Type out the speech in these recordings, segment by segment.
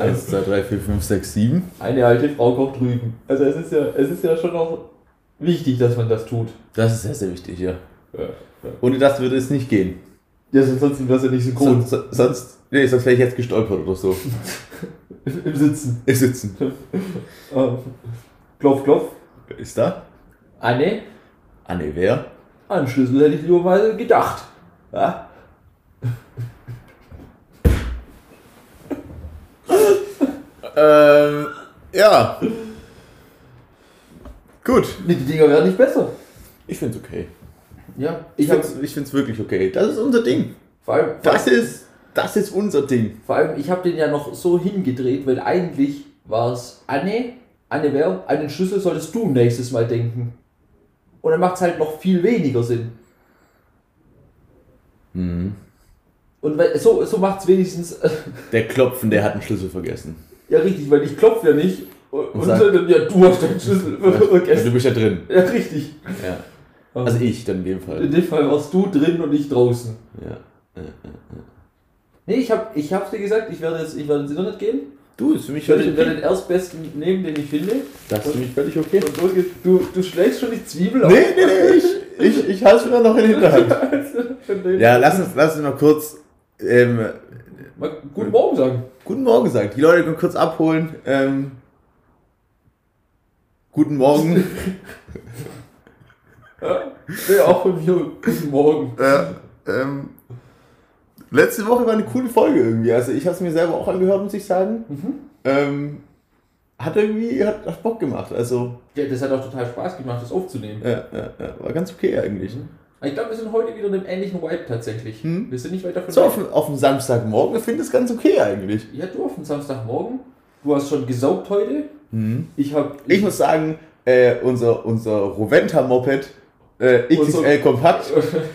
1, 2, 3, 4, 5, 6, 7. Eine alte Frau kocht Rüben. Also es ist ja schon auch wichtig, dass man das tut. Das ist sehr, sehr wichtig, ja. Ja. Ohne das würde es nicht gehen. Ja, sonst wäre es ja nicht synchron. Sonst wäre ich jetzt gestolpert oder so. Im Sitzen. Im Sitzen. Klopf, klopf. Ist da? Anne? Anne, wer? An Schlüssel hätte ich lieber mal gedacht. Ja? Ja. Gut. Nee, die Dinger werden nicht besser. Ich find's okay. Ja, Ich find's wirklich okay. Das ist unser Ding. Vor allem, Das ist unser Ding. Vor allem, ich habe den ja noch so hingedreht, weil eigentlich war es Anne wer? An den Schlüssel solltest du nächstes Mal denken. Und dann macht es halt noch viel weniger Sinn. Mhm. Und weil, so macht es wenigstens... Der Klopfen, der hat einen Schlüssel vergessen. Ja, richtig, weil ich klopfe ja nicht. Und sag- dann, ja, du hast deinen Schlüssel vergessen. Du bist ja drin. Ja, richtig. Ja. Also ich dann in dem Fall. In dem Fall warst du drin und ich draußen. Ja. Nee, ich hab dir gesagt, ich werde ins Internet gehen. Du, ist für mich Ich werde völlig okay. den erstbesten nehmen, den ich finde. Das ist für mich völlig okay. Und los geht's. Du schlägst schon die Zwiebel auf. Nee, ich halte es mir noch in der Hinterhand. Ja, lass uns mal kurz Mal guten Morgen sagen. guten Morgen sagen. Die Leute können kurz abholen. Guten Morgen. Ja, auch von mir guten Morgen. Letzte Woche war eine coole Folge irgendwie. Also ich habe es mir selber auch angehört, muss ich sagen. Hat Bock gemacht. Also Ja, das hat auch total Spaß gemacht, das aufzunehmen. war ganz okay eigentlich. Ich glaube, wir sind heute wieder in einem ähnlichen Vibe tatsächlich. Wir sind nicht weit davon So weg. auf dem Samstagmorgen finde ich es ganz okay eigentlich. Ja, du auf den Samstagmorgen. Du hast schon gesaugt heute. Ich muss sagen, unser Roventa-Moped XXL Kompakt,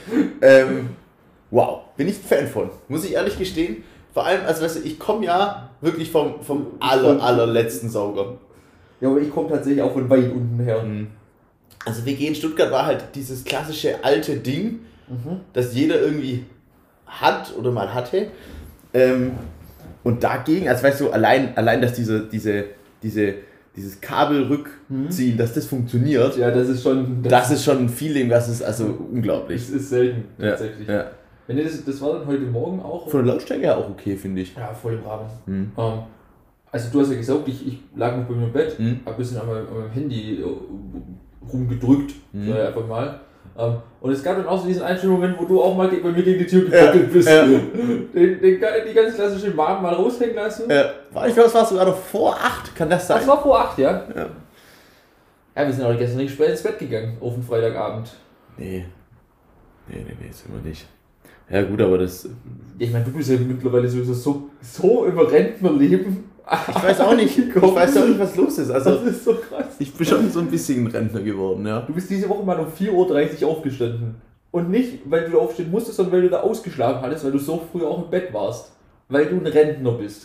wow, bin ich ein Fan von, muss ich ehrlich gestehen. Vor allem, also weißt du, ich komme ja wirklich vom allerletzten Sauger. Ja, aber ich komme tatsächlich auch von weit unten her. Also WG in Stuttgart war halt dieses klassische alte Ding, das jeder irgendwie hat oder mal hatte. Und dagegen, also weißt du, allein dass dieses Kabelrückziehen, dass das funktioniert, Ja, das ist schon... das ist schon ein Feeling, das ist also unglaublich. Das ist selten, tatsächlich. Ja. Wenn ihr das war dann heute Morgen auch... Von der Lautstärke her auch okay, finde ich. Ja, voll im Rahmen. Also du hast ja gesaugt, ich lag noch bei mir im Bett, hab ein bisschen an meinem Handy rumgedrückt, einfach mal. Und es gab dann auch so diesen einzelnen Moment, wo du auch mal bei mir gegen die Tür gekoppelt bist. Die ganz klassische Mom mal raushängen lassen. Ich glaube, es war sogar noch vor 8, kann das sein? Das war vor 8, ja? Ja, wir sind auch gestern nicht spät ins Bett gegangen, auf den Freitagabend. Nee, sind wir nicht. Ja gut, aber das... Ich meine, du bist ja mittlerweile sowieso so im Rentnerleben. Ich weiß auch nicht, was los ist. Also, Das ist so krass. ich bin schon so ein bisschen ein Rentner geworden, ja. Du bist diese Woche mal um 4:30 Uhr aufgestanden. Und nicht, weil du da aufstehen musstest, sondern weil du da ausgeschlafen hattest, weil du so früh auch im Bett warst. Weil du ein Rentner bist.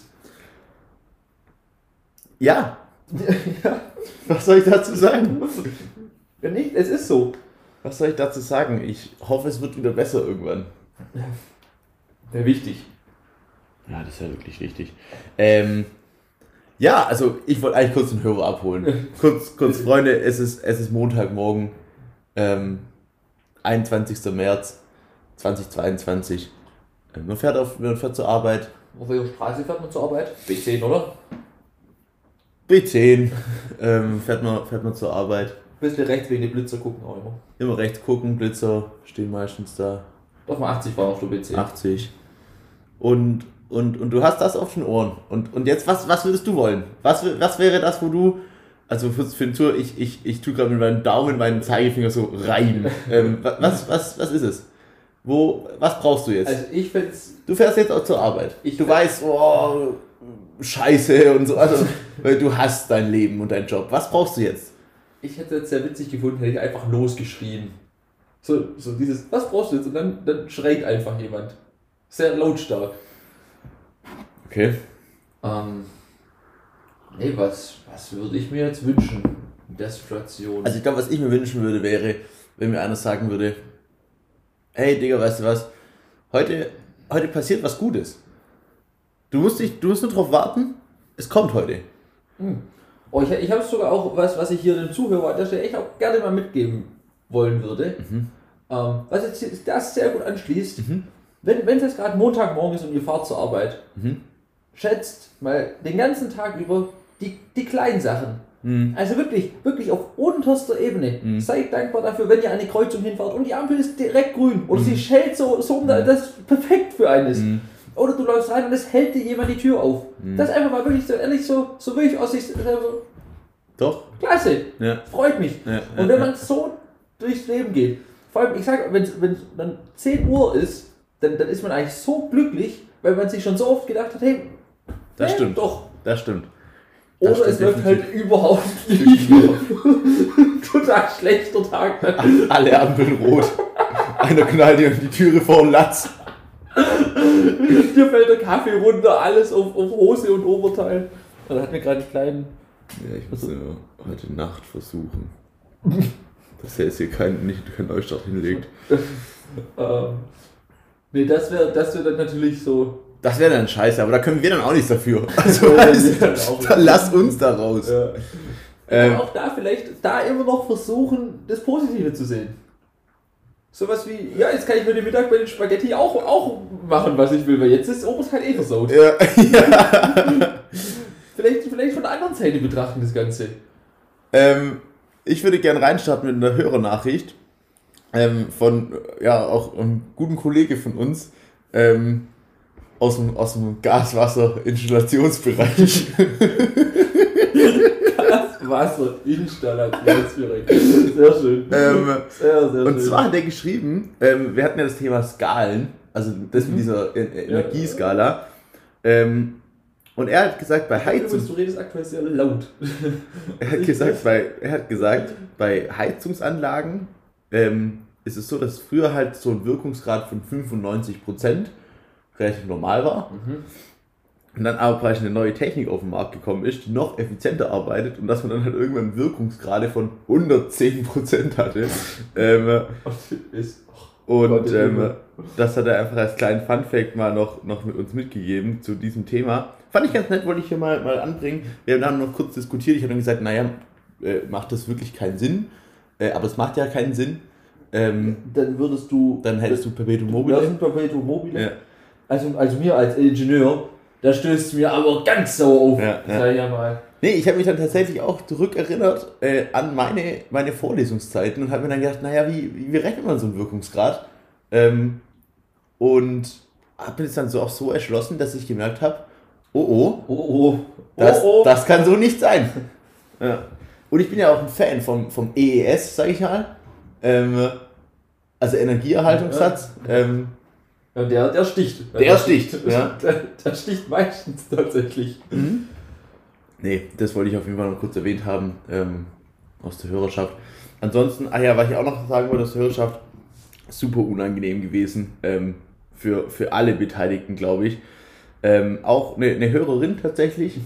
Ja. Was soll ich dazu sagen? Ja, nicht, es ist so. Was soll ich dazu sagen? Ich hoffe, es wird wieder besser irgendwann. Wäre wichtig. Ja, das ist ja wirklich wichtig. Ja, also ich wollte eigentlich kurz den Hörer abholen. Kurz Freunde, es ist Montagmorgen, 21. März 2022. Man fährt zur Arbeit. Auf welcher Straße fährt man zur Arbeit? B10, oder? B10 fährt man zur Arbeit. Bisschen rechts wegen den Blitzer gucken auch immer. Immer rechts gucken, Blitzer stehen meistens da. Doch mal 80 war auch schon B10. 80. Und du hast das auf den Ohren. Und jetzt, was würdest du wollen? Was wäre das, wo du, also für den Tour, ich tue gerade mit meinem Daumen, meinen Zeigefinger so rein. Was ist es? Was brauchst du jetzt? Also ich find's... Du fährst jetzt auch zur Arbeit. Du weißt, oh, Scheiße und so. Also, weil du hast dein Leben und deinen Job. Was brauchst du jetzt? Ich hätte es sehr witzig gefunden, hätte ich einfach losgeschrien. So dieses, was brauchst du jetzt? Und dann schreit einfach jemand. Sehr lautstark. Okay. Nee, was würde ich mir jetzt wünschen in der Situation? Also ich glaube, was ich mir wünschen würde, wäre, wenn mir einer sagen würde, hey Digga, weißt du was, heute passiert was Gutes. Du musst nur drauf warten es kommt heute. Oh, ich habe sogar auch was ich hier dem Zuhörer an der Stelle echt auch gerne mal mitgeben wollen würde. Was jetzt das sehr gut anschließt. Wenn es jetzt gerade Montagmorgen ist und ihr fahrt zur Arbeit, schätzt mal den ganzen Tag über die kleinen Sachen. Also wirklich auf unterster Ebene. Seid dankbar dafür, wenn ihr an eine Kreuzung hinfahrt und die Ampel ist direkt grün oder sie schellt so dass perfekt für einen ist. Oder du läufst rein und es hält dir jemand die Tür auf. Das ist einfach mal wirklich so ehrlich so wirklich aus sich selber. Doch. Klasse. Ja. Freut mich. Ja, und wenn man so durchs Leben geht, vor allem, ich sag, wenn dann 10 Uhr ist, dann ist man eigentlich so glücklich, weil man sich schon so oft gedacht hat, hey, das stimmt. Doch. Das stimmt. Oder das es läuft halt überhaupt nicht. Total schlechter Tag. Alle Ampeln rot. Einer knallt dir die Türe vor den Latz. Dir fällt der Kaffee runter, alles auf Hose und Oberteil. Und da hat mir gerade einen kleinen... Ja, ich muss heute Nacht versuchen. Dass er jetzt hier kein Neustart hinlegt. Nee, das wär dann natürlich so... Das wäre dann scheiße, aber da können wir dann auch nichts dafür. Also, dann lass uns da raus. Ja. Aber auch da vielleicht, immer noch versuchen, das Positive zu sehen. Sowas wie, ja, jetzt kann ich mir den Mittag bei den Spaghetti auch machen, was ich will, weil jetzt ist Oberteil eh versaut. Ja. Vielleicht von der anderen Seite betrachten das Ganze. Ich würde gerne reinstarten mit einer Hörernachricht von auch einem guten Kollege von uns aus dem Gaswasser-Installationsbereich. Gaswasser-Installationsbereich. Sehr schön. Sehr schön. Und zwar hat er geschrieben, wir hatten ja das Thema Skalen, also das mit dieser Energieskala. Und er hat gesagt, bei Heizung... Du redest aktuell sehr laut. Er hat gesagt, bei Heizungsanlagen ist es so, dass früher halt so ein Wirkungsgrad von 95% relativ normal war. Und dann aber praktisch eine neue Technik auf den Markt gekommen ist, die noch effizienter arbeitet und dass man dann halt irgendwann Wirkungsgrade von 110% hatte. Das hat er einfach als kleinen Funfact mal noch mit uns mitgegeben zu diesem Thema. Fand ich ganz nett, wollte ich hier mal anbringen. Wir haben dann noch kurz diskutiert. Ich habe dann gesagt, macht das wirklich keinen Sinn? Aber es macht ja keinen Sinn. Dann hättest du Perpetuum mobile. Das ist ein Perpetuum mobile. Ja. Also mir als Ingenieur, da stößt mir aber ganz sauer auf. Sag ich ja mal. Nee, ich habe mich dann tatsächlich auch zurückerinnert an meine Vorlesungszeiten und habe mir dann gedacht, wie rechnet man so einen Wirkungsgrad? Und habe mir das dann auch so erschlossen, dass ich gemerkt habe, das kann so nicht sein. Ja. Und ich bin ja auch ein Fan vom EES, sag ich mal. Also Energieerhaltungssatz. Der sticht. Der sticht. Ja. Der sticht meistens tatsächlich. Nee, das wollte ich auf jeden Fall noch kurz erwähnt haben aus der Hörerschaft. Ansonsten, was ich auch noch sagen wollte aus der Hörerschaft, super unangenehm gewesen für alle Beteiligten, glaube ich. Auch eine Hörerin tatsächlich,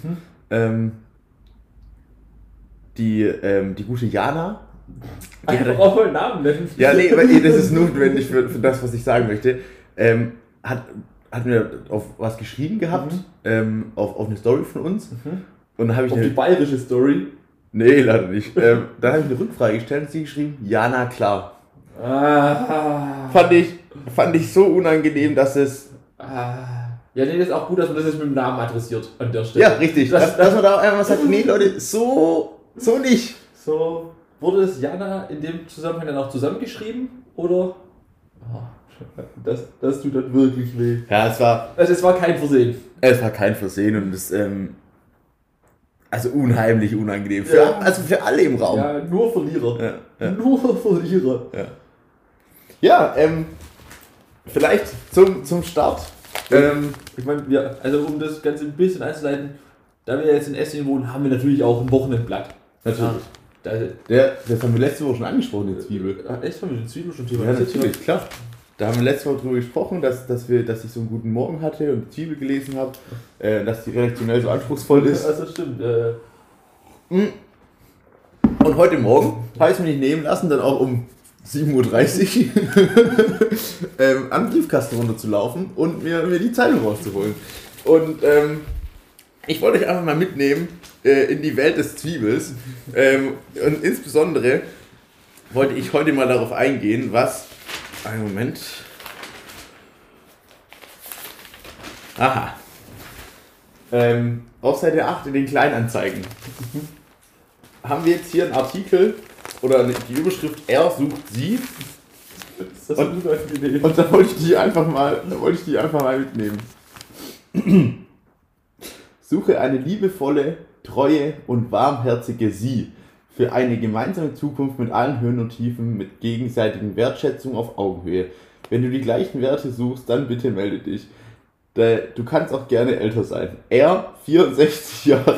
die gute Jana. Einfach auch mal einen Namen nennen. Ja, nee, das ist notwendig für das, was ich sagen möchte. Hat mir auf was geschrieben gehabt, auf eine Story von uns. Und dann habe ich die bayerische Story? Nee, leider nicht. Dann habe ich eine Rückfrage gestellt und sie geschrieben, Jana, klar. Fand ich so unangenehm, dass es... Ja, nee, das ist auch gut, dass man das jetzt mit dem Namen adressiert an der Stelle. Ja, richtig. Dass man da auch einfach sagt, nee Leute, so nicht. So, wurde das Jana in dem Zusammenhang dann auch zusammengeschrieben? Oder? Das tut dann wirklich weh. Ja, es war kein Versehen. Es war kein Versehen und es also unheimlich unangenehm. Für alle im Raum. Ja, nur Verlierer. Ja. Nur Verlierer. Ja, vielleicht zum Start. Ich meine, um das Ganze ein bisschen einzuleiten, da wir jetzt in Essen wohnen, haben wir natürlich auch ein Wochenendblatt. Natürlich. Das haben wir letzte Woche schon angesprochen, die Zwiebel. Echt, haben wir die Zwiebel schon thematisiert? Ja, natürlich, klar. Da haben wir letzte Woche drüber gesprochen, dass ich so einen guten Morgen hatte und die Zwiebel gelesen habe, dass die redaktionell so anspruchsvoll ist. Also stimmt. Und heute Morgen habe ich es mir nicht nehmen lassen, dann auch um 7.30 Uhr am Briefkasten runterzulaufen und mir die Zeitung rauszuholen. Und Ich wollte euch einfach mal mitnehmen in die Welt des Zwiebels. Und insbesondere wollte ich heute mal darauf eingehen, was... Einen Moment. Aha. Auf Seite 8 in den Kleinanzeigen haben wir jetzt hier einen Artikel oder die Überschrift Er sucht sie. Das ist eine gute Idee. Und da wollte ich die einfach mal mitnehmen. Suche eine liebevolle, treue und warmherzige Sie für eine gemeinsame Zukunft mit allen Höhen und Tiefen, mit gegenseitigen Wertschätzung auf Augenhöhe. Wenn du die gleichen Werte suchst, dann bitte melde dich. Du kannst auch gerne älter sein. Er, 64 Jahre,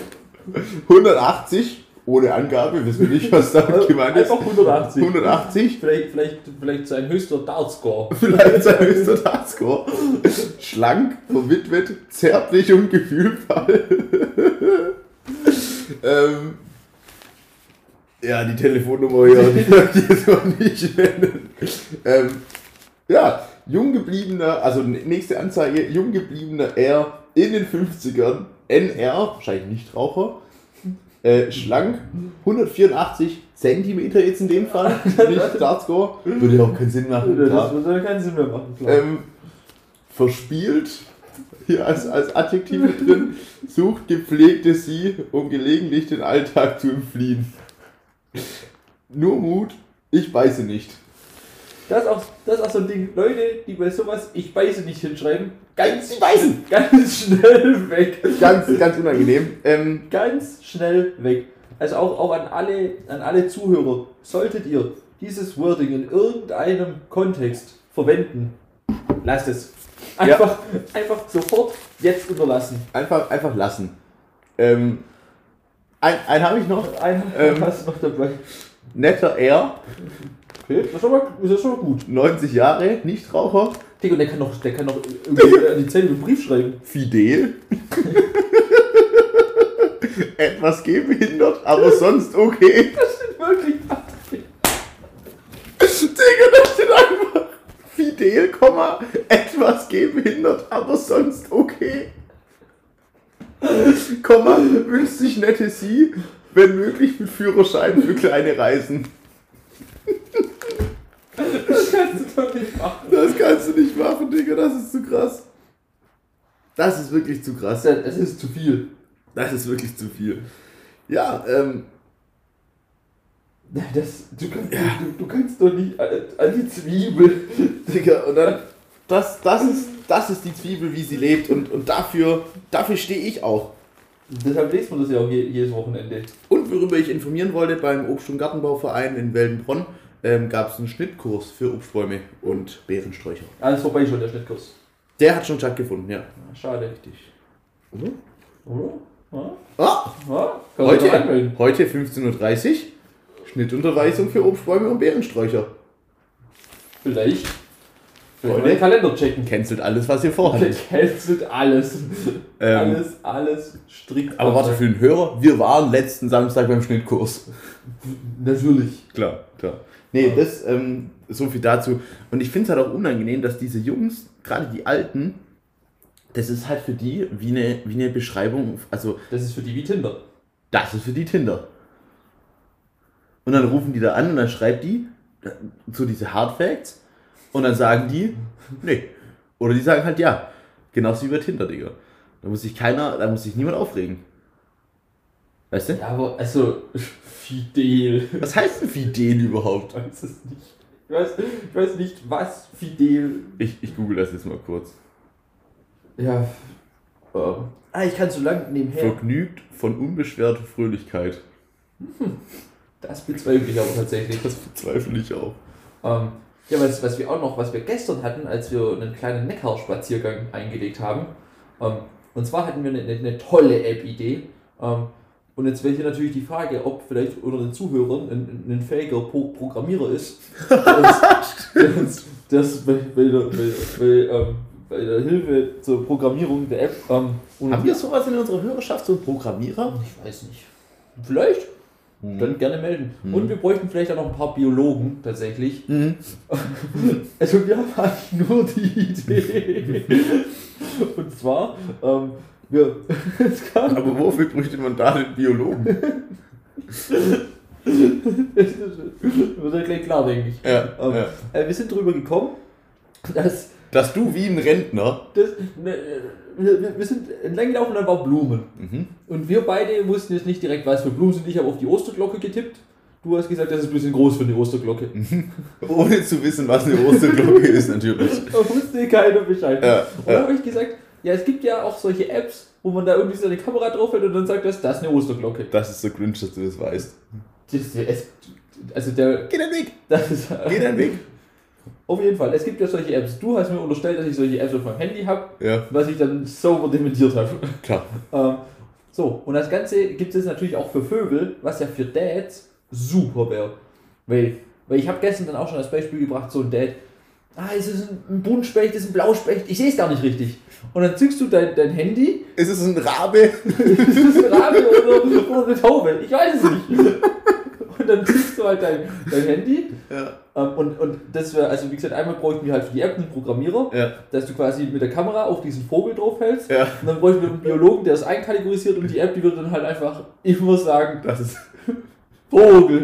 180, ohne Angabe, wissen wir nicht, was damit gemeint ist. Einfach 180. 180. Vielleicht sein höchster Dartscore. Vielleicht sein höchster Dartscore. Schlank, verwitwet, zärtlich und gefühlvoll. Ja, die Telefonnummer hier, die möchte ich jetzt noch nicht nennen. Jung gebliebener, also nächste Anzeige, jung gebliebener R in den 50ern, NR, wahrscheinlich Nichtraucher, schlank, 184 Zentimeter jetzt in dem Fall, nicht Dartscore, würde ja auch keinen Sinn machen. Das würde keinen Sinn mehr machen, klar. Verspielt, hier als Adjektiv mit drin, sucht gepflegte Sie, um gelegentlich den Alltag zu entfliehen. Nur Mut, ich beiße nicht. Das ist auch so ein Ding, Leute, die bei sowas ich beiße nicht hinschreiben, ganz schnell weg. Ganz unangenehm. Ganz schnell weg. Also auch an alle Zuhörer, solltet ihr dieses Wording in irgendeinem Kontext verwenden, lasst es. Einfach sofort jetzt unterlassen. Einfach lassen. Einen habe ich noch. Einen hast du noch dabei. Netter R. Okay, das ist schon mal gut. 90 Jahre, Nichtraucher. Digga, der kann noch irgendwie an die Zähne einen Brief schreiben. Fidel. Etwas gehbehindert, aber sonst okay. Das steht wirklich. Digga, das steht einfach. Fidel, etwas gehbehindert, aber sonst okay. Wünscht sich nette Sie, wenn möglich mit Führerschein für kleine Reisen. Das kannst du doch nicht machen. Das kannst du nicht machen, Digga, das ist zu krass. Das ist wirklich zu krass. Es ist zu viel. Das ist wirklich zu viel. Ja, Du kannst doch nicht an die Zwiebel. Digga, und dann, das ist die Zwiebel, wie sie lebt und dafür stehe ich auch. Deshalb lest man das ja auch jedes Wochenende. Und worüber ich informieren wollte, beim Obst- und Gartenbauverein in Weldenbronn gab es einen Schnittkurs für Obstbäume und Beerensträucher. Alles vorbei schon, der Schnittkurs. Der hat schon stattgefunden, ja. Schade. Richtig. Oder? Heute 15:30 Uhr, Schnittunterweisung für Obstbäume und Beerensträucher. Vielleicht mal den Kalender checken. Cancelt alles, was ihr vorhattet. Cancelt alles. Alles strikt. Aber warte, für den Hörer, wir waren letzten Samstag beim Schnittkurs. Natürlich. Klar. Nee, das, so viel dazu. Und ich finde es halt auch unangenehm, dass diese Jungs, gerade die Alten, das ist halt für die wie eine Beschreibung, also... Das ist für die wie Tinder. Das ist für die Tinder. Und dann rufen die da an und dann schreibt die so diese Hard Facts und dann sagen die, nee. Oder die sagen halt ja. Genauso wie bei Tinder, Digga. Da muss sich niemand aufregen. Weißt du? Ja, aber also, Fidel. Was heißt denn Fidel überhaupt? Ich weiß es nicht. Ich weiß nicht, was Fidel... Ich google das jetzt mal kurz. Ja. Ich kann so lange nebenher. Vergnügt von unbeschwerter Fröhlichkeit. Das bezweifle ich aber tatsächlich. Das bezweifle ich auch. Ja, was wir gestern hatten, als wir einen kleinen Neckar-Spaziergang eingelegt haben. Und zwar hatten wir eine tolle App-Idee. Und jetzt wäre hier natürlich die Frage, ob vielleicht unter den Zuhörern ein fähiger Programmierer ist, der uns das bei der Hilfe zur Programmierung der App. Haben wir sowas in unserer Hörerschaft, so einen Programmierer? Ich weiß nicht. Vielleicht. Dann gerne melden. Und wir bräuchten vielleicht auch noch ein paar Biologen tatsächlich. Also wir haben eigentlich nur die Idee. Und zwar Aber wofür bräuchte man da den Biologen? Das wird ja gleich klar, denke ich. Ja, wir sind drüber gekommen, dass du wie ein Rentner... Wir sind entlang gelaufen und dann war Blumen. Und wir beide wussten jetzt nicht direkt, was für Blumen sind. Ich habe auf die Osterglocke getippt. Du hast gesagt, das ist ein bisschen groß für eine Osterglocke. Ohne zu wissen, was eine Osterglocke ist, natürlich. Da wusste keiner Bescheid. Und dann habe ich gesagt, ja, es gibt ja auch solche Apps, wo man da irgendwie so eine Kamera drauf hält und dann sagt, das ist eine Osterglocke. Das ist so cringe, dass du das weißt. Geh deinen Weg! Geh deinen Weg! Auf jeden Fall, es gibt ja solche Apps. Du hast mir unterstellt, dass ich solche Apps auf meinem Handy habe, ja. Was ich dann sauber dementiert habe. Klar. So, und das Ganze gibt es natürlich auch für Vögel, was ja für Dads super wäre. Weil ich habe gestern dann auch schon das Beispiel gebracht, so ein Dad, ist es ein Buntspecht, ist es ein Blauspecht, ich sehe es gar nicht richtig. Und dann zückst du dein Handy. Ist es ein Rabe? Ist es ein Rabe oder eine Taube? Ich weiß es nicht. Und dann zückst du halt dein Handy. Ja. Und das wäre, also wie gesagt, einmal bräuchten wir halt für die App einen Programmierer, dass du quasi mit der Kamera auf diesen Vogel drauf hältst. Ja. Und dann bräuchten wir einen Biologen, der das einkategorisiert und die App, die würde dann halt einfach immer sagen, das ist Vogel.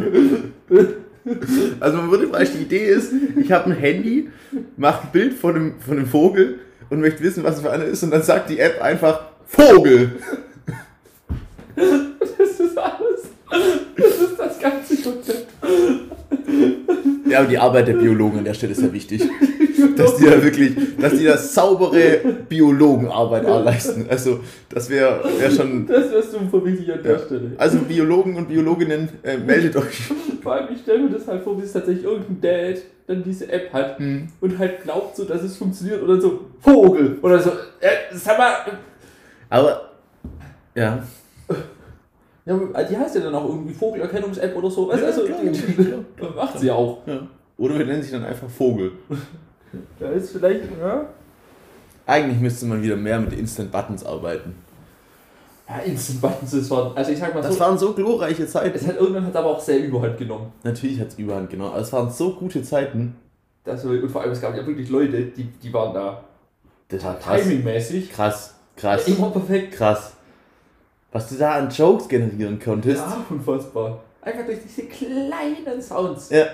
Also man würde vielleicht, die Idee ist, ich habe ein Handy, mache ein Bild von einem Vogel und möchte wissen, was es für einer ist und dann sagt die App einfach Vogel. Das ist alles. Das ist das ganze Konzept. Ja, aber die Arbeit der Biologen an der Stelle ist ja wichtig. Dass die da saubere Biologenarbeit leisten. Also, das wäre schon... Das wärst du für mich an der Stelle. Also, Biologen und Biologinnen, meldet euch. Vor allem, ich stelle mir das halt vor, wie es tatsächlich irgendein Dad dann diese App hat und halt glaubt so, dass es funktioniert oder so, Vogel! Oder so, sag mal... Aber, ja... Ja, die heißt ja dann auch irgendwie Vogelerkennungs-App oder so. Weißt, also, klar. Macht sie auch. Ja. Oder wir nennen sich dann einfach Vogel. Ja, ist vielleicht, ja. Eigentlich müsste man wieder mehr mit Instant Buttons arbeiten. Ja, Instant Buttons ist waren, also ich sag mal so. Das waren so glorreiche Zeiten. Irgendwann hat es aber auch sehr Überhand genommen. Natürlich hat es Überhand genommen, aber es waren so gute Zeiten. Und vor allem, es gab ja wirklich Leute, die waren da. Das war krass. Timingmäßig. Krass. Ja, immer perfekt. Krass. Was du da an Jokes generieren konntest. Ja, unfassbar. Einfach durch diese kleinen Sounds. Ja.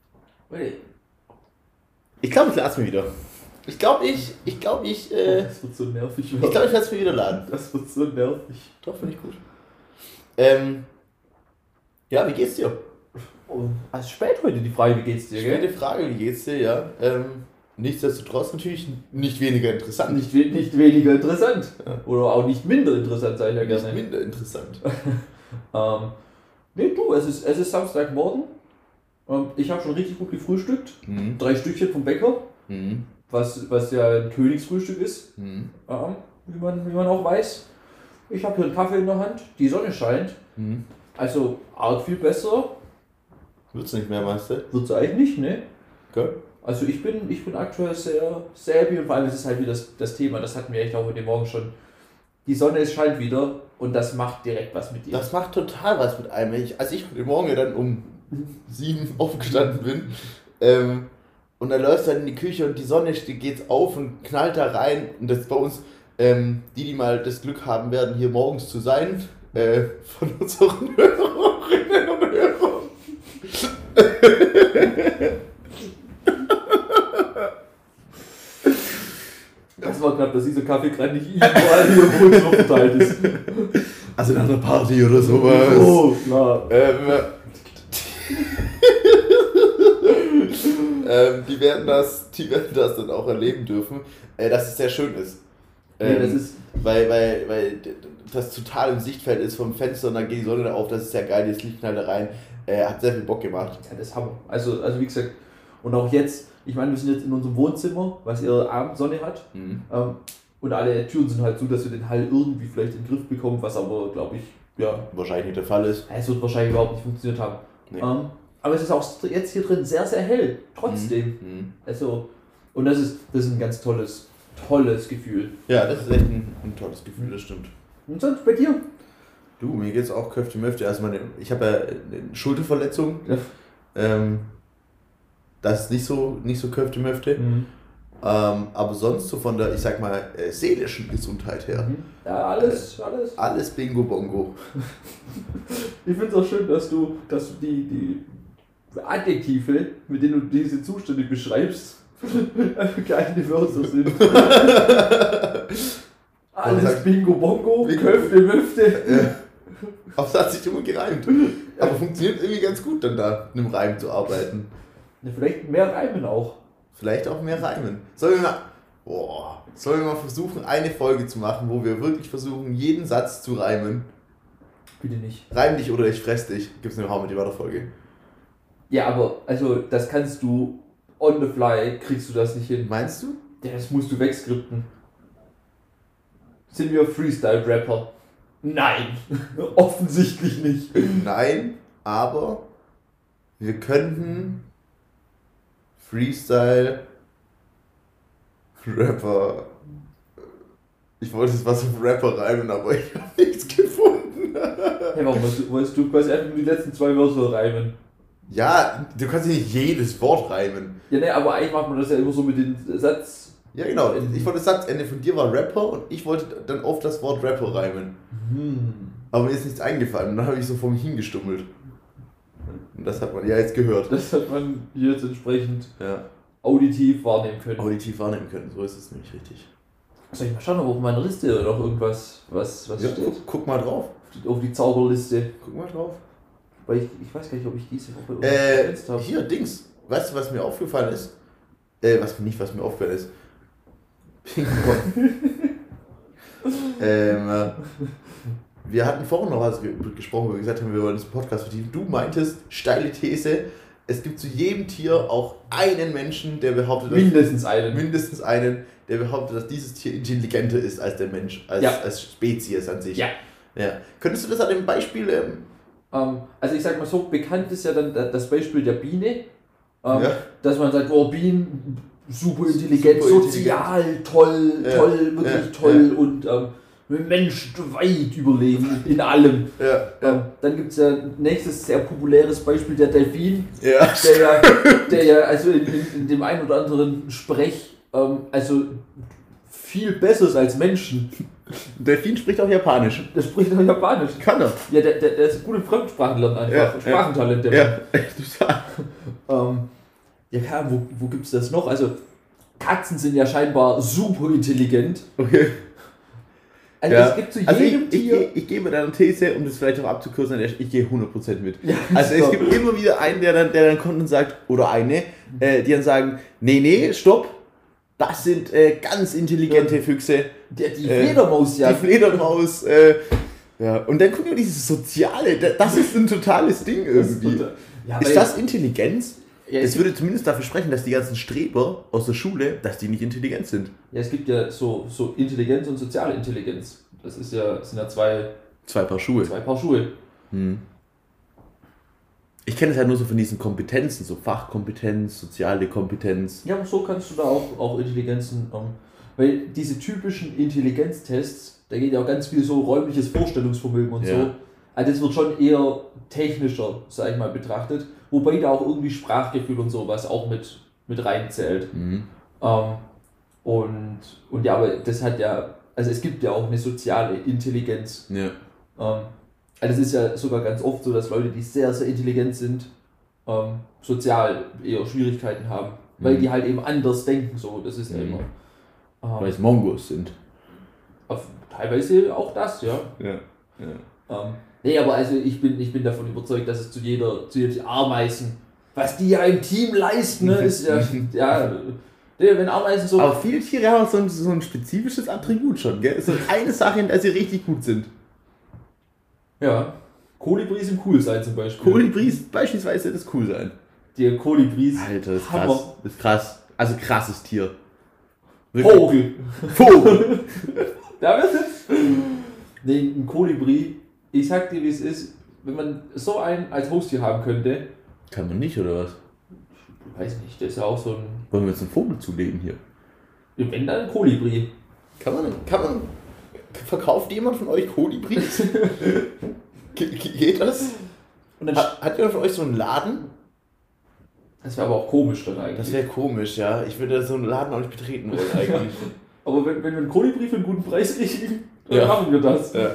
Ich glaube, ich lade es mir wieder. Ich glaube, das wird so nervig. Ich glaube, ich werde es mir wieder laden. Das wird so nervig. Doch, finde ich gut. Ja, wie geht's dir? Also spät heute die Frage, wie geht's dir, gell? Späte Frage, wie geht's dir, ja. Nichtsdestotrotz natürlich nicht weniger interessant. Nicht weniger interessant. Ja. Oder auch nicht minder interessant, sage ich ja gerne. Nicht minder interessant. Nee, du, es ist Samstagmorgen. Ich habe schon richtig gut gefrühstückt. 3 Stückchen vom Bäcker. Was ja ein Königsfrühstück ist. Wie man auch weiß. Ich habe hier einen Kaffee in der Hand. Die Sonne scheint. Also arg viel besser. Wird's nicht mehr, meinst du? Wird's eigentlich nicht, ne? Okay. Also ich bin aktuell sehr, sehr happy und vor allem ist es halt wieder das Thema, das hatten wir echt auch heute Morgen schon. Die Sonne scheint wieder und das macht direkt was mit dir. Das macht total was mit einem. Als ich heute Morgen dann um 7 aufgestanden bin und dann läufst du dann in die Küche und die Sonne geht auf und knallt da rein und das bei uns, die mal das Glück haben werden, hier morgens zu sein, von unseren Hörerinnen und Hörern. Das war gerade, dass dieser Kaffee gerade nicht überall hier im Wohnzimmer verteilt ist. Also nach einer Party oder sowas. Oh, klar. Die werden das dann auch erleben dürfen, dass es sehr schön ist. Das ist weil das total im Sichtfeld ist vom Fenster und dann geht die Sonne da auf, das ist ja geil, das Licht knallt da rein. Hat sehr viel Bock gemacht. Ja, das ist Hammer. Also wie gesagt, und auch jetzt, ich meine, wir sind jetzt in unserem Wohnzimmer, was ihre Abendsonne hat. Und alle Türen sind halt so, dass wir den Hall irgendwie vielleicht in den Griff bekommen, was aber, glaube ich, wahrscheinlich nicht der Fall ist. Es wird wahrscheinlich überhaupt nicht funktioniert haben. Nee. Aber es ist auch jetzt hier drin sehr, sehr hell, trotzdem. Also, und das ist ein ganz tolles Gefühl. Ja, das ist echt ein tolles Gefühl, das stimmt. Und sonst bei dir? Du, mir geht's auch Köfte-Möfte. Also ich habe ja eine Schulterverletzung. Ja. Das ist nicht so Köfte-Möfte. Aber sonst so von der, ich sag mal, seelischen Gesundheit her. Ja, alles. Alles Bingo Bongo. Ich finde es auch schön, dass du die Adjektive, mit denen du diese Zustände beschreibst, kleine Wörter sind. Alles Bingo Bongo, Köfte, Möfte. Ja. Aber es hat sich immer gereimt. Aber funktioniert irgendwie ganz gut, dann da mit dem Reim zu arbeiten. Ja, vielleicht mehr Reimen auch. Vielleicht auch mehr Reimen. Sollen wir mal versuchen, eine Folge zu machen, wo wir wirklich versuchen, jeden Satz zu reimen? Bitte nicht. Reim dich oder ich fress dich. Gibt's eine How mit die Folge. Ja, aber also das kannst du on the fly, kriegst du das nicht hin. Meinst du? Ja, das musst du wegskripten. Sind wir Freestyle-Rapper? Nein, offensichtlich nicht. Nein, aber wir könnten Freestyle-Rapper. Ich wollte jetzt was auf Rapper reimen, aber ich habe nichts gefunden. Hey, warum wolltest du quasi einfach nur die letzten 2 Wörter reimen? Ja, du kannst nicht jedes Wort reimen. Ja, ne, aber eigentlich macht man das ja immer so mit dem Satz. Ja, genau. Ich wollte das Satzende von dir war Rapper und ich wollte dann auf das Wort Rapper reimen. Aber mir ist nichts eingefallen und dann habe ich so vor mich hingestummelt. Und das hat man ja jetzt gehört. Das hat man jetzt entsprechend ja. auditiv wahrnehmen können. Auditiv wahrnehmen können, so ist es nämlich richtig. Soll ich mal schauen, ob auf meiner Liste noch irgendwas was ja, steht? Guck mal drauf. Auf die Zauberliste. Guck mal drauf. Weil ich weiß gar nicht, ob ich diese Woche ergänzt habe. Hier, Dings. Weißt du, was mir aufgefallen ist? Was mir aufgefallen ist? Wir hatten vorhin noch was gesprochen, wo wir gesagt haben, wir wollen das Podcast vertiefen. Du meintest, steile These, es gibt zu jedem Tier auch einen Menschen, der behauptet, mindestens einen, der behauptet, dass dieses Tier intelligenter ist als der Mensch, als Spezies an sich. Ja. Könntest du das an dem Beispiel... also ich sag mal so, bekannt ist ja dann das Beispiel der Biene, dass man sagt, oh, Bienen, super intelligent, sozial, toll, wirklich toll und Mensch weit überlegen in allem. Dann gibt es ja nächstes sehr populäres Beispiel, der Delfin, der ja also in dem einen oder anderen Sprech also viel besser ist als Menschen. Delfin spricht auch Japanisch. Der spricht auch Japanisch. Kann er. Ja, der ist gut in Fremdsprachenlernen einfach. Sprachentalent, der Mann. Echt total. Ja, klar, wo gibt's das noch? Also, Katzen sind ja scheinbar super intelligent. Okay. Also, es gibt zu jedem Tier... Ich gebe deine These, um das vielleicht auch abzukürzen, ich gehe 100% mit. Ja, also, es gibt immer wieder einen, der dann kommt und sagt, oder eine, die dann sagen, nee, stopp, das sind ganz intelligente Füchse. Die Fledermaus, ja. Die Fledermaus, ja. Und dann gucken wir dieses Soziale, das ist ein totales Ding irgendwie. Ist das Intelligenz? Ja, das würde zumindest dafür sprechen, dass die ganzen Streber aus der Schule, dass die nicht intelligent sind. Ja, es gibt ja so Intelligenz und soziale Intelligenz. Das sind ja zwei Paar Schuhe. Ich kenne es halt nur so von diesen Kompetenzen, so Fachkompetenz, soziale Kompetenz. Ja, aber so kannst du da auch Intelligenzen, weil diese typischen Intelligenztests, da geht ja auch ganz viel so räumliches Vorstellungsvermögen und so. Also das wird schon eher technischer, sag ich mal, betrachtet. Wobei da auch irgendwie Sprachgefühl und sowas auch mit reinzählt. Und ja, aber das hat ja, also es gibt ja auch eine soziale Intelligenz. Ja. Also es ist ja sogar ganz oft so, dass Leute, die sehr, sehr intelligent sind, sozial eher Schwierigkeiten haben. Weil die halt eben anders denken, so, das ist ja immer. Weil es Mongos sind. Teilweise auch das, ja. Nee, aber also ich bin davon überzeugt, dass es zu jeder Ameisen, was die ja im Team leisten, ne, ist ja, wenn Ameisen so... Aber viele Tiere haben so ein spezifisches Attribut schon, gell? So eine Sache, in der sie richtig gut sind. Ja, Kolibris sind cool sein zum Beispiel. Kolibris beispielsweise das cool sein. Die Kolibris... Alter, das ist krass. Das ist krass. Also krasses Tier. Wirklich. Vogel! Da wird es. Nee, ein Kolibri... Ich sag dir, wie es ist, wenn man so einen als Haustier haben könnte... Kann man nicht, oder was? Ich weiß nicht, das ist ja auch so ein... Wollen wir jetzt einen Vogel zulegen hier? Wenn dann ein Kolibri. Kann man... Verkauft jemand von euch Kolibris? Geht das? Und dann hat jemand von euch so einen Laden? Das wäre aber auch komisch dann eigentlich. Das wäre komisch, ja. Ich würde so einen Laden auch nicht betreten wollen eigentlich. Aber wenn wir einen Kolibri für einen guten Preis kriegen, dann machen wir das. Ja.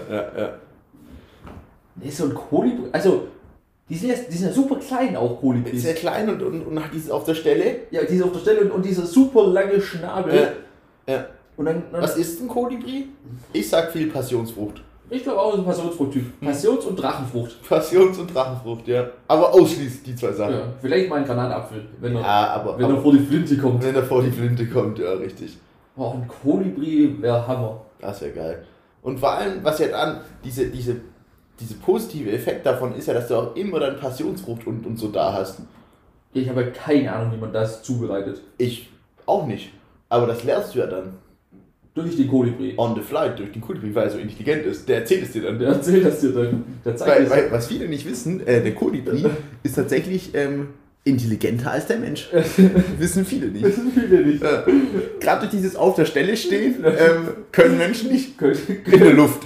Nee, so ein Kolibri, also die sind ja super klein auch, Kolibris. Sehr klein und hat dieses auf der Stelle. Ja, diese auf der Stelle und dieser super lange Schnabel. Ja. Und dann, was ist ein Kolibri? Ich sag viel Passionsfrucht. Ich glaube auch, so ein Passionsfruchttyp. Passions- und Drachenfrucht. Passions- und Drachenfrucht, ja. Aber ausschließlich die zwei Sachen. Ja, vielleicht mal ein Granatapfel, wenn er aber vor die Flinte kommt. Wenn er vor die Flinte kommt, ja, richtig. Oh, ein Kolibri wäre Hammer. Das wäre geil. Und vor allem, was ja dann, diese positive Effekt davon ist ja, dass du auch immer dann Passionsfrucht und so da hast. Ich habe keine Ahnung, wie man das zubereitet. Ich auch nicht. Aber das lernst du ja dann. Durch den Kolibri. On the fly, durch den Kolibri, weil er so intelligent ist. Der erzählt es dir dann. Der erzählt das dir dann. Der zeigt weil was viele nicht wissen, der Kolibri ist tatsächlich intelligenter als der Mensch. Wissen viele nicht. Gerade durch dieses auf der Stelle stehen, können Menschen nicht in der Luft.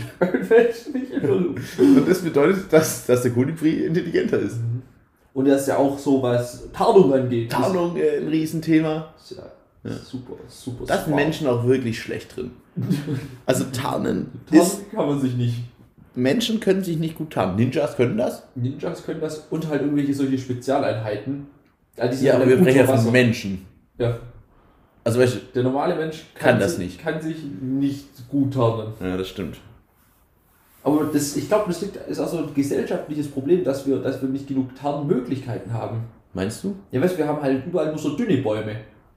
Und das bedeutet, dass der Kolibri intelligenter ist. Und er ist ja auch so, was Tarnung angeht. Tarnung, ein Riesenthema. Ja. Super. Da sind Menschen auch wirklich schlecht drin. Also tarnen kann man sich nicht. Menschen können sich nicht gut tarnen. Ninjas können das Und halt irgendwelche solche Spezialeinheiten. Ja, aber wir sprechen ja von Menschen. Ja. Also weißt du, der normale Mensch kann sich nicht gut tarnen. Ja, das stimmt. Aber ich glaube, das ist auch so ein gesellschaftliches Problem, dass wir nicht genug Tarnmöglichkeiten haben. Meinst du? Ja, weißt du, wir haben halt überall nur so dünne Bäume.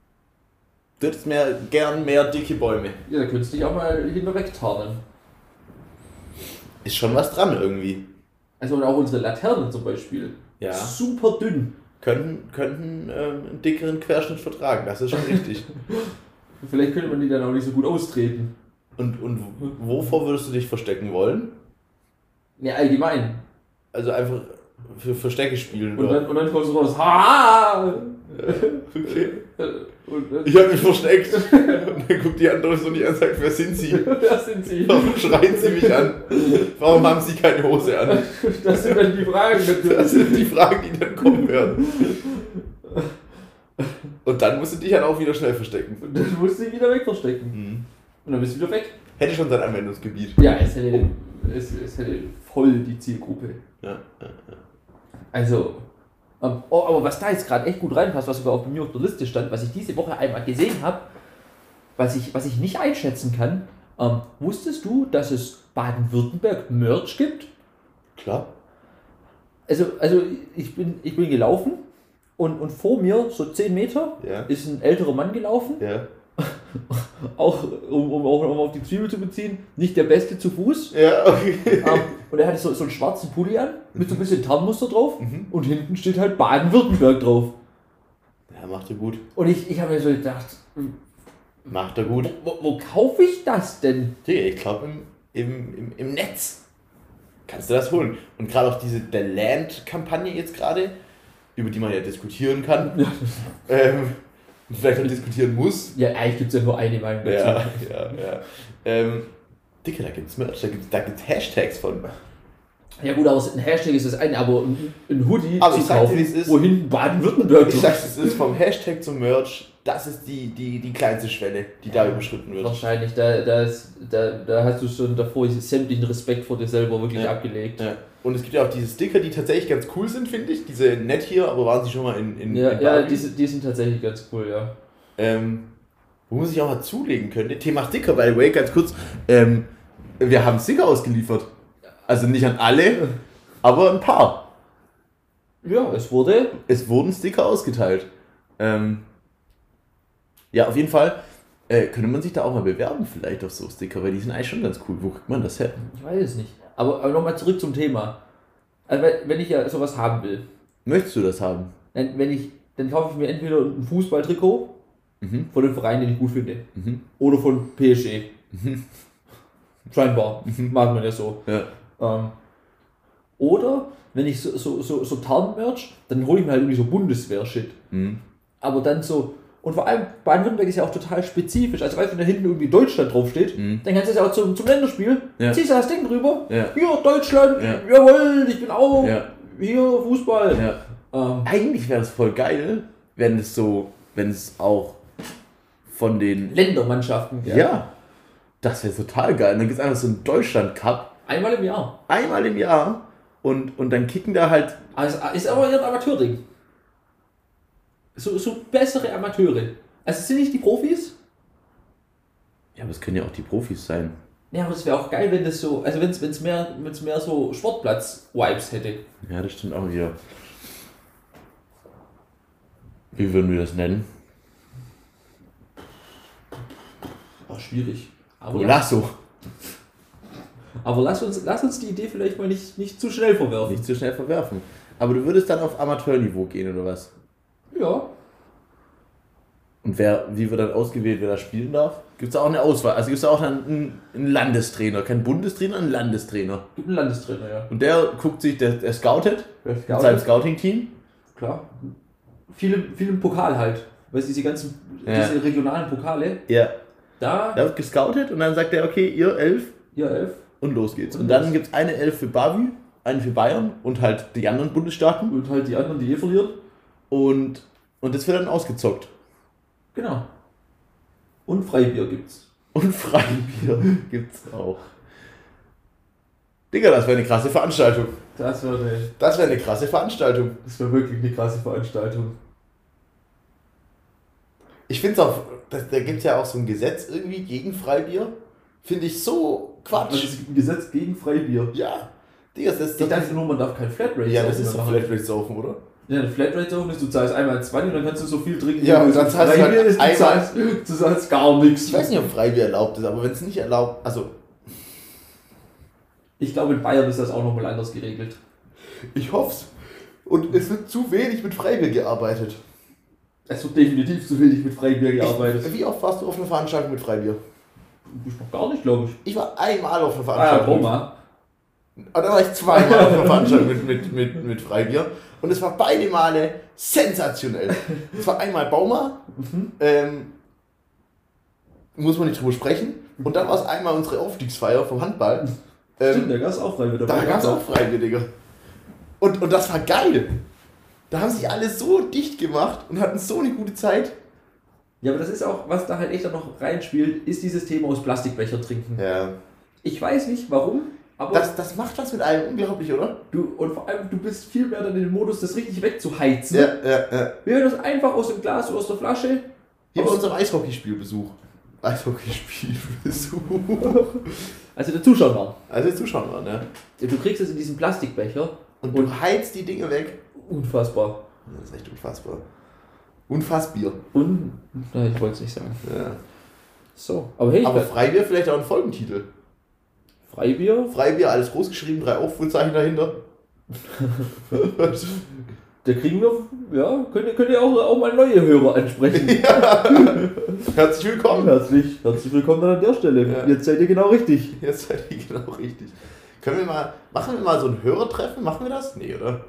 Du hättest gern mehr dicke Bäume. Ja, da könntest du dich auch mal hinterweg tarnen. Ist schon was dran irgendwie. Also und auch unsere Laternen zum Beispiel. Ja. Super dünn. Könnten einen dickeren Querschnitt vertragen, das ist schon richtig. Vielleicht könnte man die dann auch nicht so gut austreten. Und wovor würdest du dich verstecken wollen? Ja, allgemein. Also einfach für Verstecke spielen. Und dann kommst du raus. Ha! Okay. Ich habe mich versteckt. Und dann guckt die andere so nicht an und sagt, wer sind Sie? Wer sind Sie? Warum schreien Sie mich an? Warum haben Sie keine Hose an? Das sind dann die Fragen natürlich. Das sind die Fragen, die dann kommen werden. Und dann musst du dich halt auch wieder schnell verstecken. Und dann musst du dich wieder weg verstecken. Und dann bist du wieder weg. Hätte schon sein Anwendungsgebiet. Ja, es hätte voll die Zielgruppe. Ja. Also, aber was da jetzt gerade echt gut reinpasst, was sogar auch bei mir auf der Liste stand, was ich diese Woche einmal gesehen habe, was ich nicht einschätzen kann, wusstest du, dass es Baden-Württemberg Merch gibt? Klar. Also ich bin gelaufen und vor mir, so 10 Meter, ist ein älterer Mann gelaufen. Ja. Auch, um auf die Zwiebel zu beziehen, nicht der Beste zu Fuß. Ja, okay. Und er hatte so einen schwarzen Pulli an, mit so ein bisschen Tarnmuster drauf. Und hinten steht halt Baden-Württemberg drauf. Ja, macht er gut. Und ich habe mir so gedacht, macht er gut. Wo kaufe ich das denn? Ich glaube im Netz kannst du das holen. Und gerade auch diese The Land-Kampagne jetzt gerade, über die man ja diskutieren kann. Vielleicht auch diskutieren muss. Ja, eigentlich gibt es ja nur eine Meinung dazu. Ja. Dicke, da gibt's Merch, da gibt's Hashtags von. Ja gut, aber ein Hashtag ist das eine, aber ein Hoodie aber zu ich kaufen, sagte, wo hinten Baden-Württemberg ist. Ich sag's, es ist vom Hashtag zum Merch, das ist die kleinste Schwelle, die da überschritten wird. Wahrscheinlich, da hast du schon davor sämtlichen Respekt vor dir selber wirklich abgelegt. Ja. Und es gibt ja auch diese Sticker, die tatsächlich ganz cool sind, finde ich. Diese nett hier, aber waren sie schon mal in Ja, die sind tatsächlich ganz cool, ja. Wo muss ich auch mal zulegen können? Thema Sticker, by the way, ganz kurz. Wir haben Sticker ausgeliefert. Also nicht an alle, aber ein paar. Ja, es wurden Sticker ausgeteilt. Ja, auf jeden Fall könnte man sich da auch mal bewerben, vielleicht auf so Sticker, weil die sind eigentlich schon ganz cool. Wo kriegt man das her? Ich weiß es nicht. Aber nochmal zurück zum Thema. Also wenn ich ja sowas haben will. Möchtest du das haben? Dann kaufe ich mir entweder ein Fußballtrikot von dem Verein, den ich gut finde. Oder von PSG. Scheinbar. Mag man ja so. Ja. Oder wenn ich so Tarnmerch, dann hole ich mir halt irgendwie so Bundeswehr-Shit. Aber dann so. Und vor allem, Baden-Württemberg ist ja auch total spezifisch. Also, weißt du, wenn da hinten irgendwie Deutschland draufsteht, dann kannst du das ja auch zum Länderspiel, ziehst du das Ding drüber, hier, Deutschland, jawohl, ich bin auch, hier, Fußball. Eigentlich wäre es voll geil, wenn es auch von den Ländermannschaften. Ja, das wäre total geil. Und dann gibt es einfach so einen Deutschland-Cup. Einmal im Jahr. Einmal im Jahr. Und dann kicken da halt. Also ist aber eher ein Amateurding. So bessere Amateure. Also sind nicht die Profis? Ja, aber es können ja auch die Profis sein. Ja, aber es wäre auch geil, wenn das so, also wenn es mehr so Sportplatz-Vibes hätte. Ja, das stimmt auch wieder. Wie würden wir das nennen? War schwierig. Aber Golasso. Aber lass uns die Idee vielleicht mal nicht zu schnell verwerfen. Nicht zu schnell verwerfen. Aber du würdest dann auf Amateurniveau gehen, oder was? Ja. Und wie wird dann ausgewählt, wer da spielen darf? Gibt es da auch eine Auswahl? Also gibt es da auch dann einen Landestrainer, kein Bundestrainer, einen Landestrainer. Gibt einen Landestrainer, ja. Und der guckt sich, der scoutet mit seinem Scouting-Team. Klar. Viel im Pokal halt. Weißt du, diese regionalen Pokale. Ja. Da wird gescoutet und dann sagt er, okay, ihr 11. Ihr 11. Und los geht's. Und dann gibt es eine 11 für Bavü, eine für Bayern und halt die anderen Bundesstaaten. Und halt die anderen, die verlieren. Und das wird dann ausgezockt. Genau. Und Freibier gibt's. Und Freibier gibt's auch. Digga, das wäre eine krasse Veranstaltung. Das wäre eine krasse Veranstaltung. Das wäre wirklich eine krasse Veranstaltung. Ich finde es auch, da gibt es ja auch so ein Gesetz irgendwie gegen Freibier. Finde ich so Quatsch. Also es gibt ein Gesetz gegen Freibier. Ja. Digga, ich dachte nur, man darf kein Flatrate saufen. Ja, das ist doch Flatrate saufen, oder? Ja, eine Flatrate saufen ist, du zahlst einmal 20 und dann kannst du so viel trinken. Ja, und dann zahlst du halt einmal. Du zahlst gar nichts. Ich weiß nicht, ob Freibier erlaubt ist, aber wenn es nicht erlaubt, also... Ich glaube, in Bayern ist das auch nochmal anders geregelt. Ich hoff's. Und es wird zu wenig mit Freibier gearbeitet. Es wird definitiv zu wenig mit Freibier gearbeitet. Wie oft warst du auf einer Veranstaltung mit Freibier? Ich noch gar nicht, glaube ich. Ich war einmal auf einer Veranstaltung. Roma. Und dann war ich zweimal auf einer Veranstaltung mit Freibier. Und es war beide Male sensationell. Es war einmal Bauma. Muss man nicht drüber sprechen. Und dann war es einmal unsere Aufstiegsfeier vom Handball. Stimmt, da gab es auch Freibier dabei. Da gab es auch Freibier, Digga. Und das war geil. Da haben sich alle so dicht gemacht und hatten so eine gute Zeit. Ja, aber das ist auch, was da halt echt noch reinspielt, ist dieses Thema aus Plastikbecher trinken. Ja. Ich weiß nicht warum, aber... Das macht was mit einem unglaublich, oder? Und vor allem, du bist viel mehr dann in dem Modus, das richtig wegzuheizen. Ja. Wir hören das einfach aus dem Glas oder aus der Flasche. Hier bei unserem Eishockeyspielbesuch. Also der Zuschauer war. Ja. Du kriegst es in diesem Plastikbecher. Und du heizt die Dinge weg. Unfassbar. Das ist echt unfassbar. Unfassbier. Nein, ich wollte es nicht sagen. Ja. So, aber hey. Aber Freibier vielleicht auch ein Folgentitel. Freibier, alles groß geschrieben, 3 Aufrufzeichen dahinter. Da kriegen wir, ja, könnt ihr auch mal neue Hörer ansprechen. Ja. Herzlich willkommen. Herzlich willkommen an der Stelle. Ja. Jetzt seid ihr genau richtig. Machen wir mal so ein Hörertreffen? Machen wir das? Nee, oder?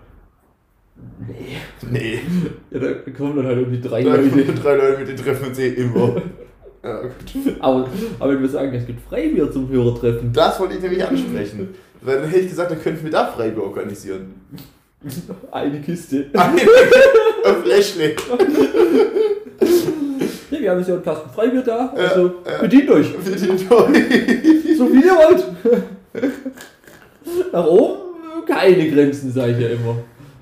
Nee. Ja, da kommen dann halt irgendwie 3 Leute. Leute. 3 Leute, mit denen treffen wir uns immer. Ja, gut. Aber wenn wir sagen, es gibt Freibier zum Hörertreffen. Das wollte ich nämlich ansprechen. Weil dann hätte ich gesagt, dann könnten wir da Freibier organisieren. Eine Kiste. Ein Fläschle. Ja, wir haben jetzt ja einen Kasten Freibier da, also bedient euch. So viel ihr wollt. Nach oben keine Grenzen, sage ich ja immer.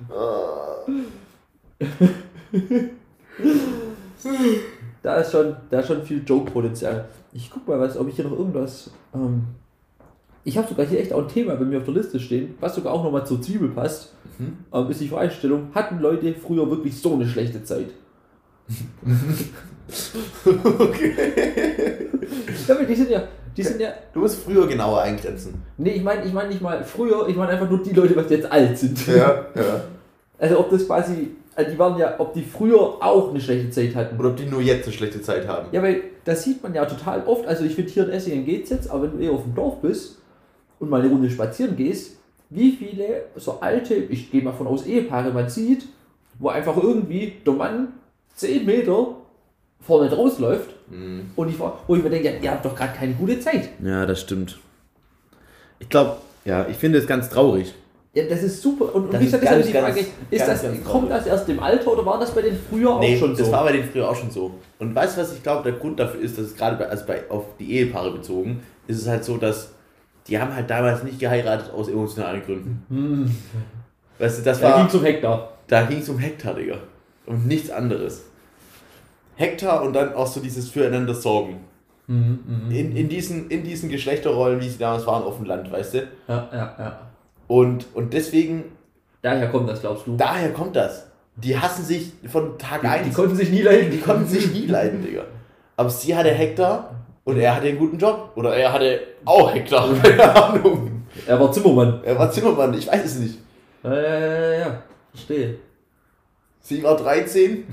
Da ist schon viel Joke-Potenzial. Ich guck mal, ob ich hier noch irgendwas... ich habe sogar hier echt auch ein Thema bei mir auf der Liste stehen, was sogar auch nochmal zur Zwiebel passt. Ist die Voreinstellung, hatten Leute früher wirklich so eine schlechte Zeit? Okay. Ja, aber die sind ja... Du musst früher genauer eingrenzen. Nee, ich meine nicht mal früher, ich meine einfach nur die Leute, was jetzt alt sind. Ja. Also ob das quasi, ob die früher auch eine schlechte Zeit hatten. Oder ob die nur jetzt eine schlechte Zeit haben. Ja, weil das sieht man ja total oft, also ich finde hier in Essingen geht's jetzt, aber wenn du eher auf dem Dorf bist und mal eine Runde spazieren gehst, wie viele so alte, ich gehe mal von aus Ehepaare, man sieht, wo einfach irgendwie der Mann 10 Meter vorne rausläuft und wo ich mir denke, ja, ihr habt doch gerade keine gute Zeit. Ja, das stimmt. Ich glaube, ich finde es ganz traurig. Ja, das ist super. Und Das wie gesagt, ist ist ganz, die Frage, ganz kommt das erst im Alter oder war das bei denen früher auch schon so? Das war bei denen früher auch schon so. Und weißt du, was ich glaube, der Grund dafür ist, dass es gerade auf die Ehepaare bezogen, ist es halt so, dass die haben halt damals nicht geheiratet aus emotionalen Gründen. Weißt du, Da ging es um Hektar. Da ging es um Hektar, Digga. Und nichts anderes. Hektar und dann auch so dieses Füreinander sorgen. In diesen Geschlechterrollen, wie sie damals waren auf dem Land, weißt du? Ja. Und deswegen... Daher kommt das, glaubst du? Daher kommt das. Die hassen sich von Tag 1. Die konnten sich nie leiden. Die konnten sich nie leiden, Digga. Aber sie hatte Hektar und er hatte einen guten Job. Oder er hatte auch Hektar, keine Ahnung. Er war Zimmermann. Ich weiß es nicht. Ja, verstehe. Sie war 13.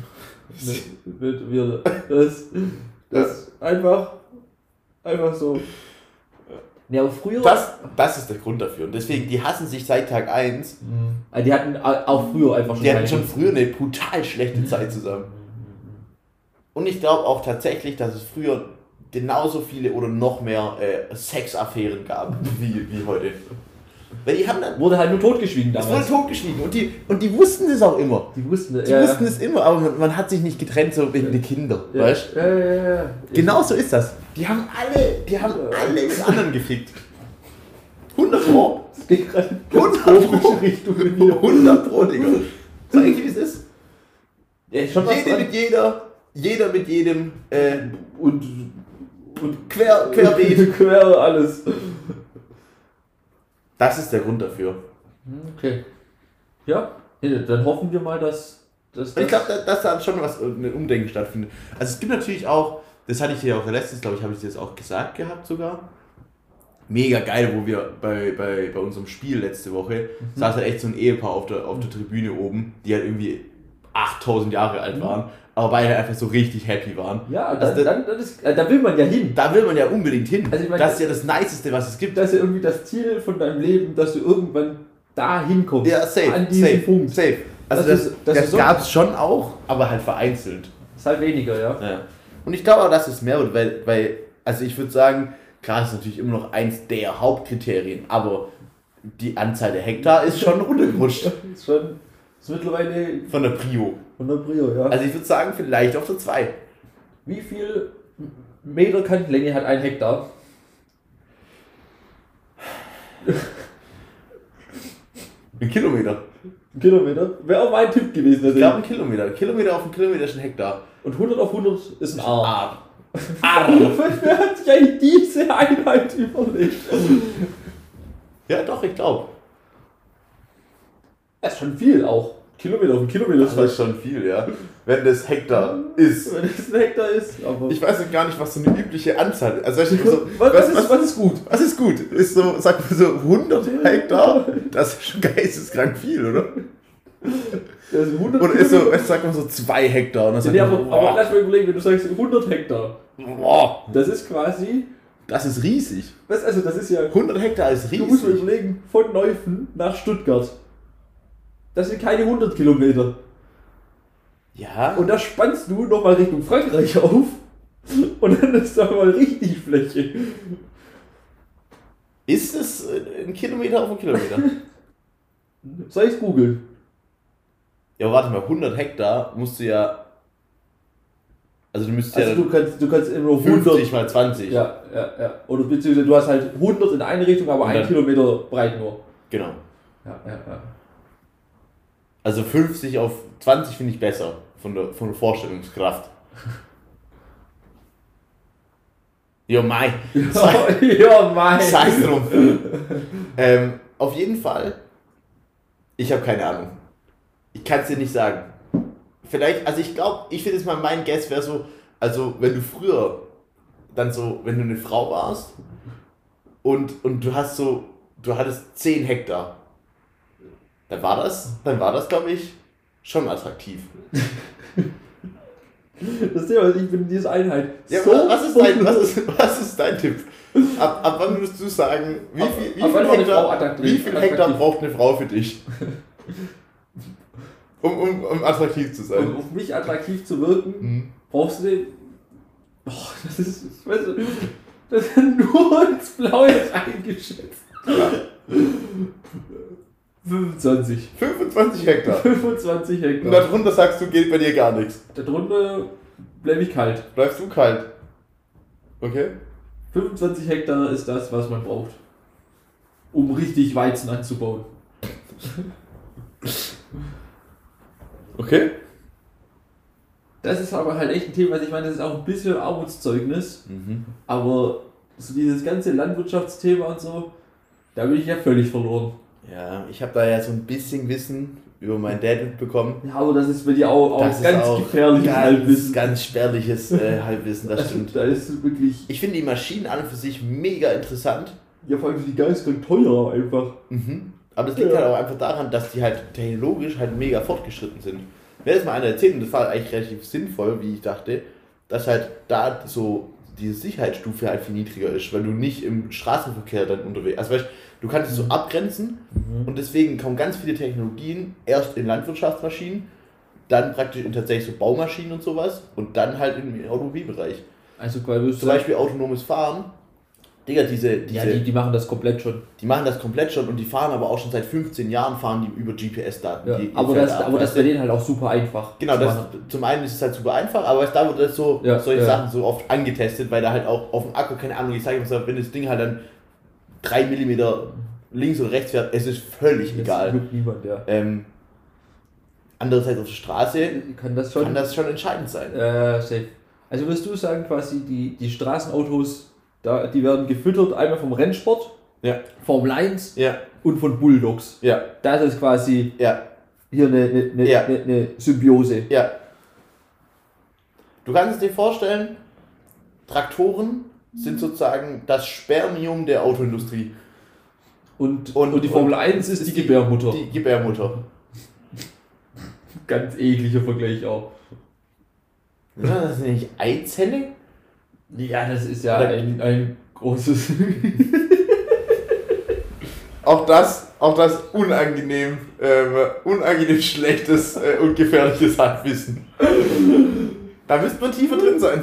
Das einfach so. Ja, aber früher... Das ist der Grund dafür. Und deswegen, die hassen sich seit Tag 1. Die hatten auch früher einfach schon... Die hatten schon früher eine brutal schlechte Zeit zusammen. Und ich glaube auch tatsächlich, dass es früher genauso viele oder noch mehr Sexaffären gab, wie heute. Weil die haben dann... Wurde halt nur totgeschwiegen damals. Es wurde totgeschwiegen. Und die wussten das auch immer. Die wussten es immer, aber man hat sich nicht getrennt, so wegen der Kinder. Weißt du? Ja. Genau so ist das. Die haben alle mit anderen gefickt. 100 Pro. Das geht gerade in 100 Pro. Richtung. 100 Pro, Digga. Sag ich, wie es ist. Ja, schon was Jeder mit jeder mit jedem und querbeet. Quer alles. Das ist der Grund dafür. Okay. Ja, dann hoffen wir mal, dass ich glaube, dass da schon ein Umdenken stattfindet. Also es gibt natürlich auch, das hatte ich dir auch letztens, glaube ich, habe ich dir das auch gesagt gehabt sogar. Mega geil, wo wir bei unserem Spiel letzte Woche saß halt echt so ein Ehepaar auf der Tribüne oben, die halt irgendwie 8000 Jahre alt waren, aber beide einfach so richtig happy waren. Ja, also da will man ja hin. Da will man ja unbedingt hin. Also ich meine, das ist ja das Niceste, was es gibt. Das ist ja irgendwie das Ziel von deinem Leben, dass du irgendwann da hinkommst. Ja, safe. An diesen Punkt. Safe. Also das gab es schon auch, aber halt vereinzelt. Ist halt weniger, ja. Und ich glaube auch, dass es mehr wird, weil also ich würde sagen, klar ist natürlich immer noch eins der Hauptkriterien, aber die Anzahl der Hektar ist schon runtergerutscht. Ist mittlerweile von der Prio. Ja. Also ich würde sagen, vielleicht auf der 2. Wie viel Meter Kantenlänge hat ein Hektar? Ein Kilometer. Ein Kilometer? Wäre auch mein Tipp gewesen. Ich glaube ein Kilometer. Ein Kilometer auf einen Kilometer ist ein Hektar. Und 100 auf 100 ist ein Ar. Wer hat sich eigentlich diese Einheit überlegt? Ja doch, ich glaube. Das ist schon viel auch. Kilometer auf einen Kilometer Das ist schon viel, ja. Wenn das Hektar ist. Wenn es ein Hektar ist. Aber ich weiß gar nicht, was so eine übliche Anzahl ist. Also so, was ist gut? Was ist gut? Ist so, sag mal so 100 Hektar? Das ist schon geisteskrank viel, oder? Das ist 100 oder ist so, sag mal so 2 Hektar. Und dann ja, aber lass mal überlegen, wenn du sagst 100 Hektar. Boah. Das ist quasi... Das ist riesig. Also das ist ja... 100 Hektar ist riesig. Du musst mal überlegen, von Neuffen nach Stuttgart. Das sind keine 100 Kilometer. Ja. Und da spannst du nochmal Richtung Frankreich auf. Und dann ist da mal richtig Fläche. Ist es ein Kilometer auf einen Kilometer? Soll ich's googeln? Ja, warte mal, 100 Hektar musst du ja... Also du müsstest also ja... Du kannst immer 50 100... mal 20. Ja. Oder beziehungsweise du hast halt 100 in eine Richtung, aber 1 Kilometer breit nur. Genau. Ja. Also 50 auf 20 finde ich besser, von der Vorstellungskraft. Jo, Mai. Ja, Mai. Scheiß drum. Auf jeden Fall, ich habe keine Ahnung. Ich kann es dir nicht sagen. Vielleicht, also ich glaube, ich finde jetzt mal, mein Guess wäre so, also wenn du früher dann so, wenn du eine Frau warst und du hattest 10 Hektar, dann war das, glaube ich, schon attraktiv. Das Thema ist, ich bin diese Einheit. Ja, so was ist dein Tipp? Ab wann würdest du sagen, wie viel Hektar braucht eine Frau für dich? Um attraktiv zu sein. Um auf mich attraktiv zu wirken, brauchst du den. Oh, das ist nur ins Blaue eingeschätzt. Ja. 25. 25 Hektar. 25 Hektar. Und darunter sagst du, geht bei dir gar nichts. Darunter bleibe ich kalt. Bleibst du kalt? Okay. 25 Hektar ist das, was man braucht, um richtig Weizen anzubauen. Okay. Das ist aber halt echt ein Thema, ich meine, das ist auch ein bisschen Armutszeugnis, aber so dieses ganze Landwirtschaftsthema und so, da bin ich ja völlig verloren. Ja, ich habe da ja so ein bisschen Wissen über meinen Dad mitbekommen. Ja, aber das ist bei dir auch das ganz auch gefährliches Halbwissen. Ganz spärliches Halbwissen, das stimmt. Da ist wirklich... Ich finde die Maschinen an und für sich mega interessant. Ja, vor allem die geistkrank teuer einfach. Aber das liegt halt auch einfach daran, dass die halt technologisch halt mega fortgeschritten sind. Mir hat das mal einer erzählt, und das war eigentlich relativ sinnvoll, wie ich dachte, dass halt da so diese Sicherheitsstufe halt viel niedriger ist, weil du nicht im Straßenverkehr dann unterwegs, also weißt du kannst es so abgrenzen und deswegen kommen ganz viele Technologien erst in Landwirtschaftsmaschinen, dann praktisch in tatsächlich so Baumaschinen und sowas und dann halt im Automobilbereich. Also quasi zum Beispiel autonomes Fahren. Digga, die machen das komplett schon. Die machen das komplett schon und die fahren aber auch schon seit 15 Jahren fahren die über GPS-Daten. Ja, aber das ist bei denen halt auch super einfach. Genau, zum einen ist es halt super einfach, aber da wird das solche Sachen so oft angetestet, weil da halt auch auf dem Akku, keine Ahnung, ich sage mal, wenn das Ding halt dann 3 mm links oder rechts fährt, es ist völlig egal. Glückt niemand, ja. Andererseits auf der Straße kann das schon entscheidend sein. Safe. Also würdest du sagen, quasi die Straßenautos, die werden gefüttert einmal vom Rennsport, Formel 1 und von Bulldogs. Ja. Das ist quasi hier eine Symbiose. Ja. Du kannst es dir vorstellen, Traktoren sind sozusagen das Spermium der Autoindustrie. Und die Formel 1 ist die Gebärmutter. Die Gebärmutter. Ganz ekliger Vergleich auch. Ja, das ist nicht Eizelle? Ja, das ist ja ein großes... Auch das unangenehm schlechtes und gefährliches Halbwissen. Da müsste man tiefer drin sein.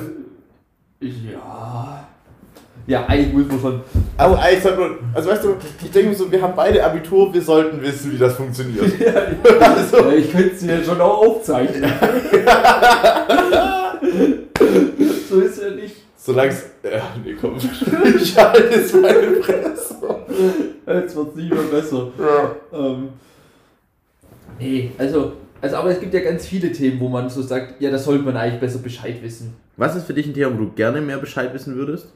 Ja, eigentlich muss man schon... Also weißt du, ich denke mir so, wir haben beide Abitur, wir sollten wissen, wie das funktioniert. Also, ich könnte es dir schon auch aufzeichnen. So ist ja nicht. Solange es... nee, komm. Ich halte jetzt meine Fresse. Jetzt wird es nicht mehr besser. Ja. Nee, also, aber es gibt ja ganz viele Themen, wo man so sagt, ja, das sollte man eigentlich besser Bescheid wissen. Was ist für dich ein Thema, wo du gerne mehr Bescheid wissen würdest?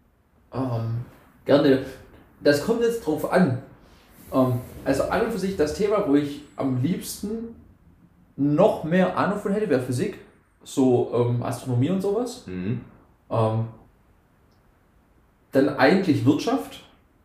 Gerne. Das kommt jetzt drauf an. Also an und für sich das Thema, wo ich am liebsten noch mehr Ahnung von hätte, wäre Physik. So Astronomie und sowas. Dann eigentlich Wirtschaft.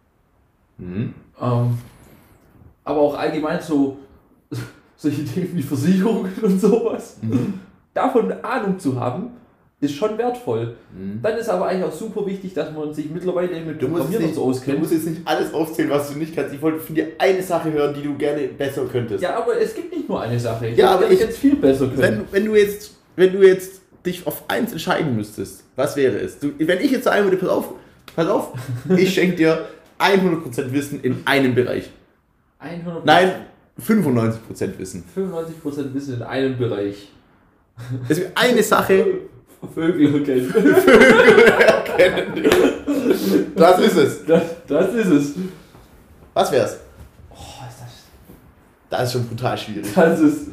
Aber auch allgemein so solche Dinge wie Versicherungen und sowas. Davon Ahnung zu haben, ist schon wertvoll. Dann ist aber eigentlich auch super wichtig, dass man sich mittlerweile mit Programmieren und so auskennt. Du musst jetzt nicht alles aufzählen, was du nicht kannst. Ich wollte von dir eine Sache hören, die du gerne besser könntest. Ja, aber es gibt nicht nur eine Sache. Ich würde jetzt viel besser können. Wenn du jetzt dich auf eins entscheiden müsstest, was wäre es? Wenn ich jetzt sagen würde, pass auf, ich schenke dir 100% Wissen in einem Bereich. 100%? Nein, 95% Wissen. 95% Wissen in einem Bereich. Es ist eine Sache. Vögel erkennen. Das ist es. Das ist es. Was wär's? Oh, ist das... Das ist schon brutal schwierig. Das ist...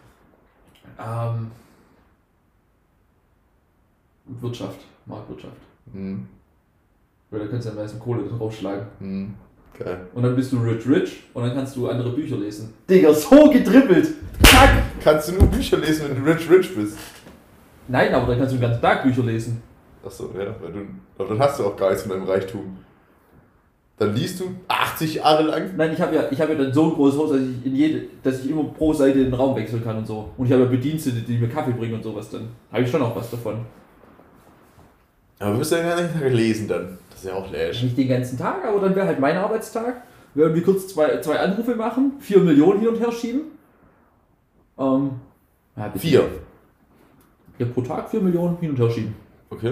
Wirtschaft. Marktwirtschaft. Weil da kannst du am meisten Kohle draufschlagen. Geil. Und dann bist du rich und dann kannst du andere Bücher lesen. Digga, so getrippelt! Zack! Kannst du nur Bücher lesen, wenn du rich bist? Nein, aber dann kannst du den ganzen Tag Bücher lesen. Achso, ja, aber dann hast du auch gar nichts von deinem Reichtum. Dann liest du 80 Jahre lang? Nein, ich hab ja dann so ein großes Haus, dass ich immer pro Seite den Raum wechseln kann und so. Und ich habe ja Bedienstete, die mir Kaffee bringen und sowas, dann habe ich schon auch was davon. Aber du wirst ja den ganzen Tag lesen dann. Das ist ja auch läsch. Nicht den ganzen Tag, aber dann wäre halt mein Arbeitstag. Während wir kurz zwei Anrufe machen, 4 Millionen hin und her schieben. 4? Ja, pro Tag 4 Millionen hin und her schieben. Okay.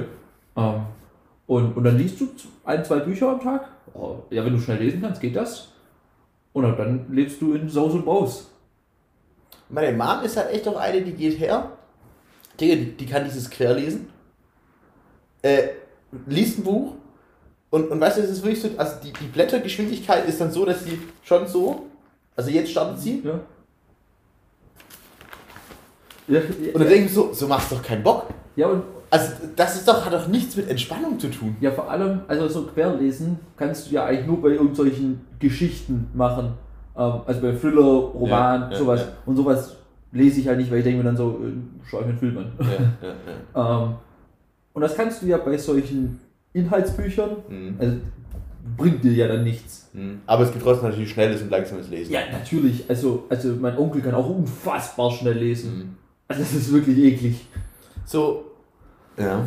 Und dann liest du 1-2 Bücher am Tag. Ja, wenn du schnell lesen kannst, geht das. Und dann lebst du in Saus und Braus. Meine Mom ist halt echt auch eine, die geht her, die kann dieses Querlesen, liest ein Buch und weißt du, es ist wirklich so, also die Blättergeschwindigkeit ist dann so, dass sie schon so, also jetzt startet sie. Ja. Und dann denke ich so macht's doch keinen Bock. Ja, und also hat doch nichts mit Entspannung zu tun. ja, vor allem, also so Querlesen kannst du ja eigentlich nur bei irgendwelchen Geschichten machen. Also bei Thriller, Roman, sowas. Ja. Und sowas lese ich halt nicht, weil ich denke mir dann so, schau ich mir einen Film an. Und das kannst du ja bei solchen Inhaltsbüchern, also bringt dir ja dann nichts. Aber es gibt trotzdem natürlich schnelles und langsames Lesen. Ja, natürlich. Also mein Onkel kann auch unfassbar schnell lesen. Also das ist wirklich eklig. So, ja.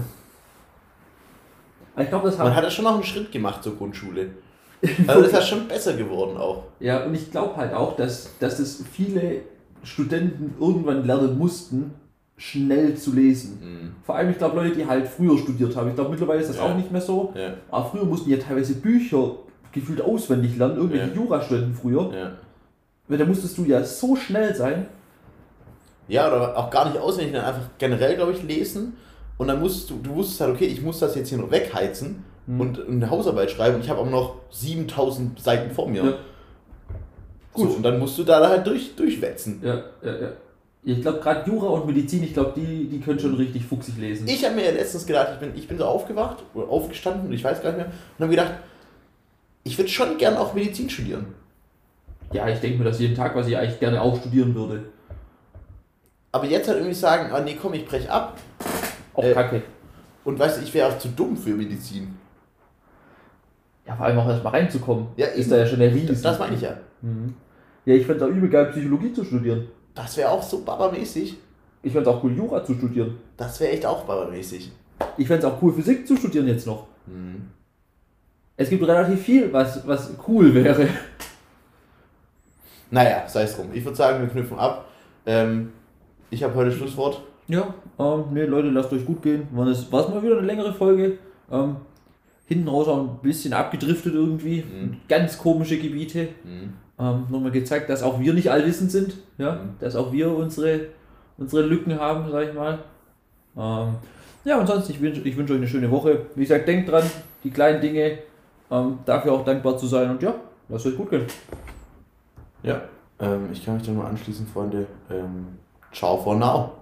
Ich glaube, man hat ja schon noch einen Schritt gemacht zur Grundschule. Also das ist ja schon besser geworden auch. Ja, und ich glaube halt auch, dass das viele Studenten irgendwann lernen mussten, schnell zu lesen. Vor allem, ich glaube, Leute, die halt früher studiert haben. Ich glaube, mittlerweile ist das auch nicht mehr so. Ja. Aber früher mussten die ja teilweise Bücher gefühlt auswendig lernen, irgendwelche Jurastudenten früher. Ja. Weil da musstest du ja so schnell sein. Ja, oder auch gar nicht auswendig, dann einfach generell, glaube ich, lesen. Und dann musst du wusstest halt, okay, ich muss das jetzt hier noch wegheizen und eine Hausarbeit schreiben und ich habe auch noch 7000 Seiten vor mir. Ja. Gut. So, und dann musst du da halt durchwetzen. Ja. Ich glaube, gerade Jura und Medizin, ich glaube, die können schon richtig fuchsig lesen. Ich habe mir ja letztens gedacht, ich bin so aufgewacht oder aufgestanden, ich weiß gar nicht mehr, und habe gedacht, ich würde schon gerne auch Medizin studieren. Ja, ich denke mir das jeden Tag, was ich eigentlich gerne auch studieren würde. Aber jetzt halt irgendwie sagen, nee, komm, ich brech ab. Auch kacke. Und weißt du, ich wäre auch zu dumm für Medizin. Ja, vor allem auch erstmal reinzukommen. Ja, ist da ja schon der Riesen. Das meine ich ja. Ja, ich fände es auch übel geil, Psychologie zu studieren. Das wäre auch so babamäßig. Ich fände es auch cool, Jura zu studieren. Das wäre echt auch babamäßig. Ich fände es auch cool, Physik zu studieren jetzt noch. Es gibt relativ viel, was cool wäre. Naja, sei es drum. Ich würde sagen, wir knüpfen ab. Ich habe heute Schlusswort. Ja, nee, Leute, lasst euch gut gehen. War es mal wieder eine längere Folge. Hinten raus auch ein bisschen abgedriftet irgendwie. Ganz komische Gebiete. Nochmal gezeigt, dass auch wir nicht allwissend sind. Ja? Dass auch wir unsere Lücken haben, sag ich mal. Ja, ansonsten, ich wünsche euch eine schöne Woche. Wie gesagt, denkt dran, die kleinen Dinge, dafür auch dankbar zu sein. Und ja, lasst euch gut gehen. Ja, ich kann mich dann mal anschließen, Freunde. Ciao for now.